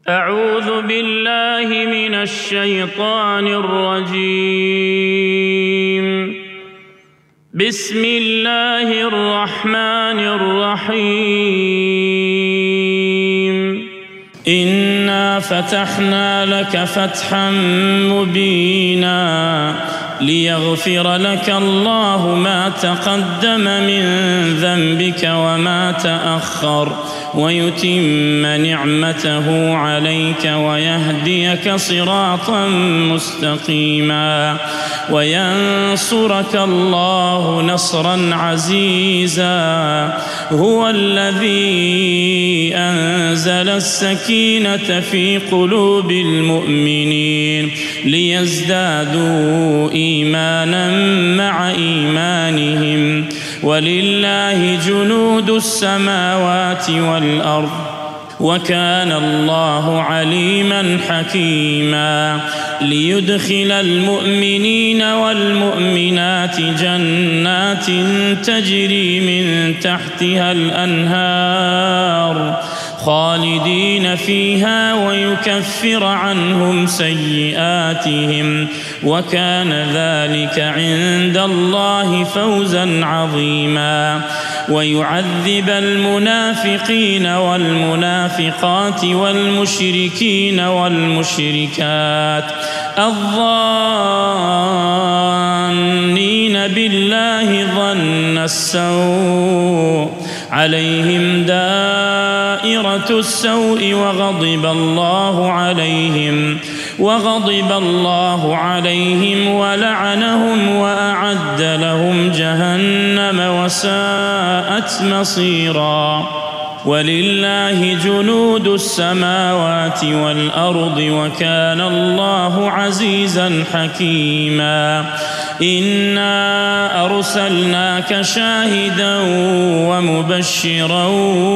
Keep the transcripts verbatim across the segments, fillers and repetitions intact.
أعوذ بالله من الشيطان الرجيم. بسم الله الرحمن الرحيم. إنا فتحنا لك فتحا مبينا ليغفر لك الله ما تقدم من ذنبك وما تأخر ويتم نعمته عليك ويهديك صراطا مستقيما وينصرك الله نصرا عزيزا. هو الذي أنزل السكينة في قلوب المؤمنين ليزدادوا إيمانا مع إيمانهم ولله جنود السماوات والأرض وكان الله عليما حكيما. ليدخل المؤمنين والمؤمنات جنات تجري من تحتها الأنهار خالدين فيها ويكفر عنهم سيئاتهم وكان ذلك عند الله فوزا عظيما. ويعذب المنافقين والمنافقات والمشركين والمشركات الظانين بالله ظن السوء عليهم دائرة السوء وغضب الله عليهم وغضب الله عليهم ولعنهم وأعد لهم جهنم وساءت مصيرا. ولله جنود السماوات والأرض وكان الله عزيزا حكيما. إنا أرسلناك شاهدا ومبشرا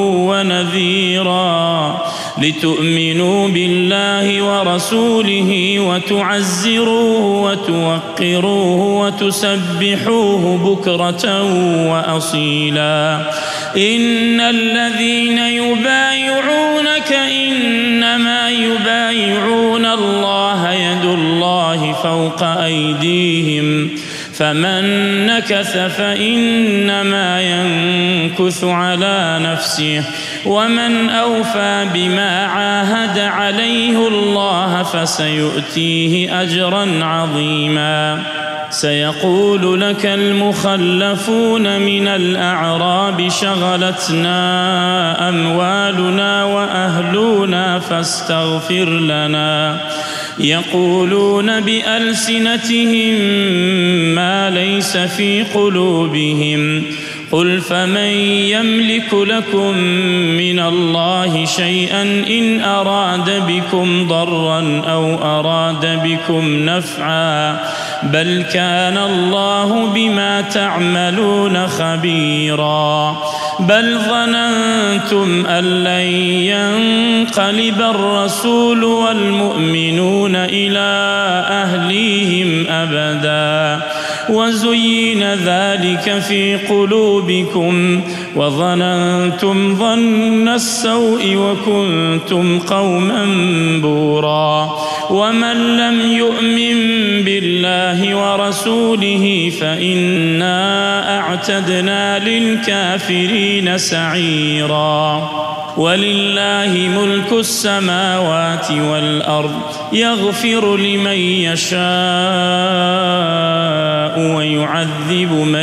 ونذيرا لتؤمنوا بالله ورسوله وتعزروه وتوقروه وتسبحوه بكرة وأصيلا. إن الذين يبايعونك إنما يبايعون الله يد الله فوق أيديهم فمن نكث فإنما ينكث على نفسه ومن أوفى بما عاهد عليه الله فسيؤتيه أجرا عظيما. سيقول لك المخلفون من الأعراب شغلتنا أموالنا وأهلنا فاستغفر لنا يقولون بألسنتهم ما ليس في قلوبهم قل فمن يملك لكم من الله شيئا إن أراد بكم ضرا أو أراد بكم نفعا بل كان الله بما تعملون خبيرا. بل ظننتم أن لن ينقلب الرسول والمؤمنون إلى أهليهم أبدا وزين ذلك في قلوبكم وظننتم ظن السوء وكنتم قوما بورا. ومن لم يؤمن بالله ورسوله فإنا أعتدنا للكافرين سعيرا. ولله ملك السماوات والأرض يغفر لمن يشاء ويعذب من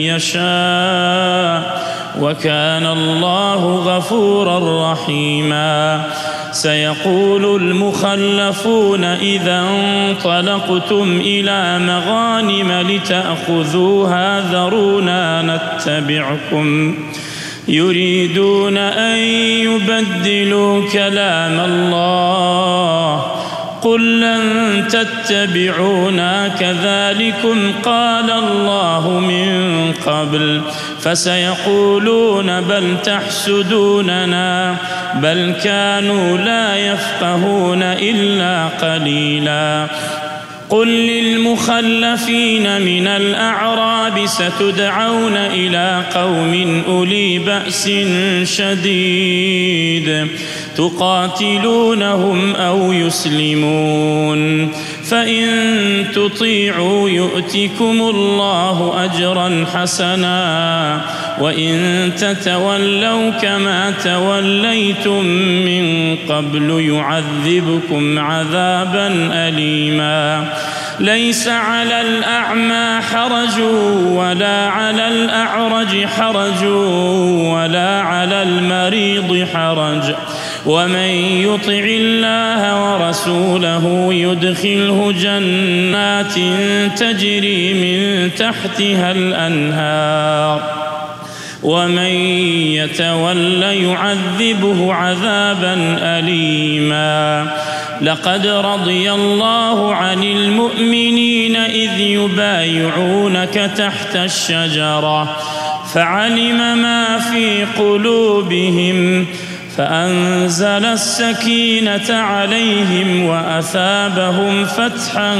يشاء وكان الله غفورا رحيما. سيقول المخلفون إذا انطلقتم إلى مغانم لتأخذوها ذرونا نتبعكم يريدون أن يبدلوا كلام الله قل لن تتبعونا كذلكم قال الله من قبل فسيقولون بل تحسدوننا بل كانوا لا يفقهون إلا قليلا. قل للمخلفين من الأعراب ستدعون إلى قوم أولي بأس شديد تقاتلونهم أو يسلمون فإن تطيعوا يؤتكم الله أجرا حسنا وإن تتولوا كما توليتم من قبل يعذبكم عذابا أليما ليس على الأعمى حرج ولا على الأعرج حرج ولا على المريض حرج ومن يطع الله ورسوله يدخله جنات تجري من تحتها الأنهار ومن يتول يعذبه عذابا أليما لقد رضي الله عن المؤمنين إذ يبايعونك تحت الشجرة فعلم ما في قلوبهم فأنزل السكينة عليهم وأثابهم فتحا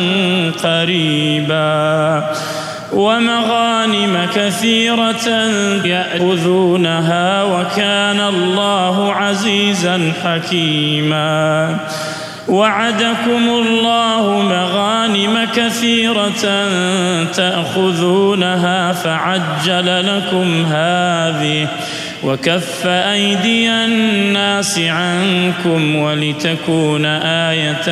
قريبا ومغانم كثيرة يأخذونها وكان الله عزيزا حكيما وعدكم الله مغانم كثيرة تأخذونها فعجل لكم هذه وكف أيدي الناس عنكم ولتكون آية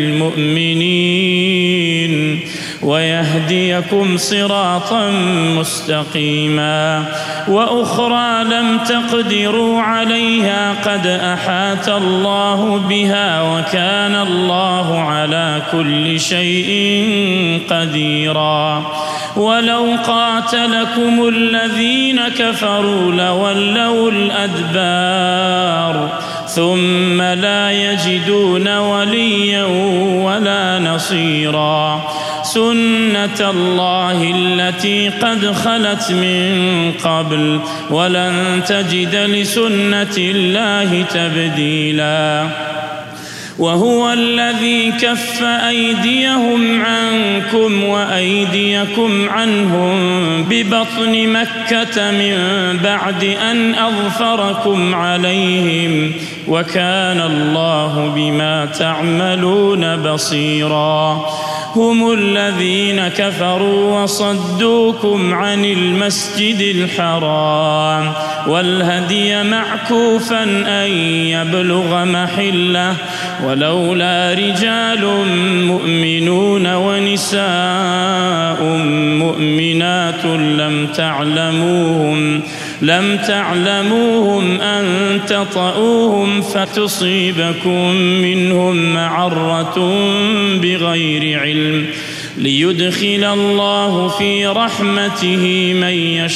للمؤمنين ويهديكم صراطا مستقيما وأخرى لم تقدروا عليها قد أحاط الله بها وكان الله على كل شيء قديرا ولو قاتلكم الذين كفروا لولوا الأدبار ثم لا يجدون وليا ولا نصيرا سنة الله التي قد خلت من قبل ولن تجد لسنة الله تبديلا وهو الذي كف أيديهم عنكم وأيديكم عنهم ببطن مكة من بعد أن أظفركم عليهم وكان الله بما تعملون بصيرا هم الذين كفروا وصدوكم عن المسجد الحرام والهدي معكوفا أن يبلغ محله ولولا رجال مؤمنون ونساء مؤمنات لم تعلموهم لم تعلموهم أن تطؤوهم فتصيبكم منهم معرة بغير علم ليدخل الله في رحمته من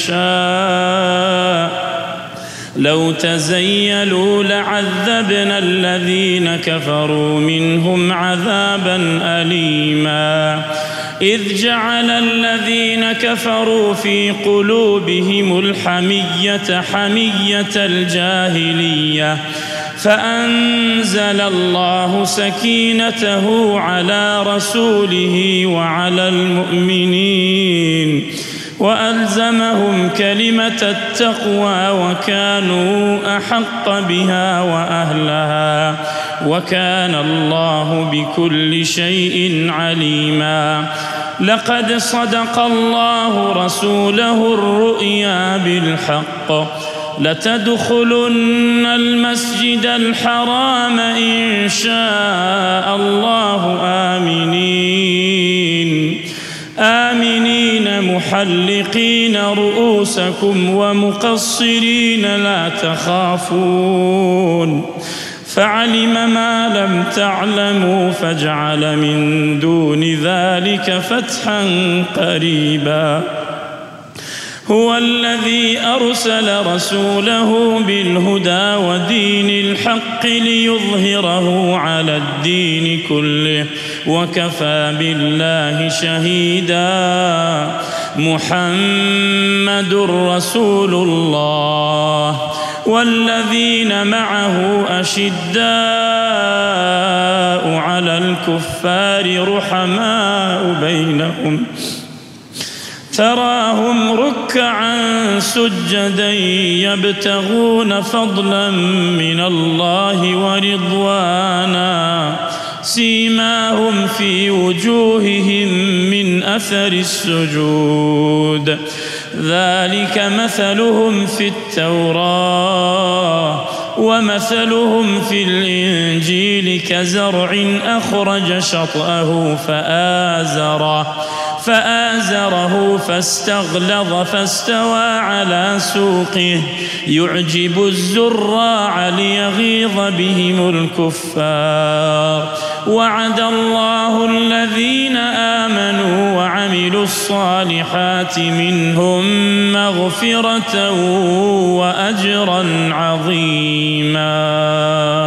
يشاء لو تزيلوا لعذبنا الذين كفروا منهم عذابا أليما إذ جعل الذين كفروا في قلوبهم الحمية حمية الجاهلية فأنزل الله سكينته على رسوله وعلى المؤمنين وألزمهم كلمة التقوى وكانوا أحق بها وأهلها وكان الله بكل شيء عليما لقد صدق الله رسوله الرؤيا بالحق لتدخلن المسجد الحرام إن شاء الله آمنين آمنين محلقين رؤوسكم ومقصرين لا تخافون فعلم ما لم تعلموا فجعل من دون ذلك فتحا قريبا هو الذي أرسل رسوله بالهدى ودين الحق ليظهره على الدين كله وكفى بالله شهيدا محمد رسول الله والذين معه أشداء على الكفار رحماء بينهم تراهم ركعا سجدا يبتغون فضلا من الله ورضوانا سيماهم في وجوههم من أثر السجود ذلك مثلهم في التوراة ومثلهم في الإنجيل كزرع أخرج شطأه فآزره فآزره فاستغلظ فاستوى على سوقه يعجب الزراع ليغيظ بهم الكفار وعد الله الذين آمنوا وعملوا الصالحات منهم مغفرة وأجرا عظيما.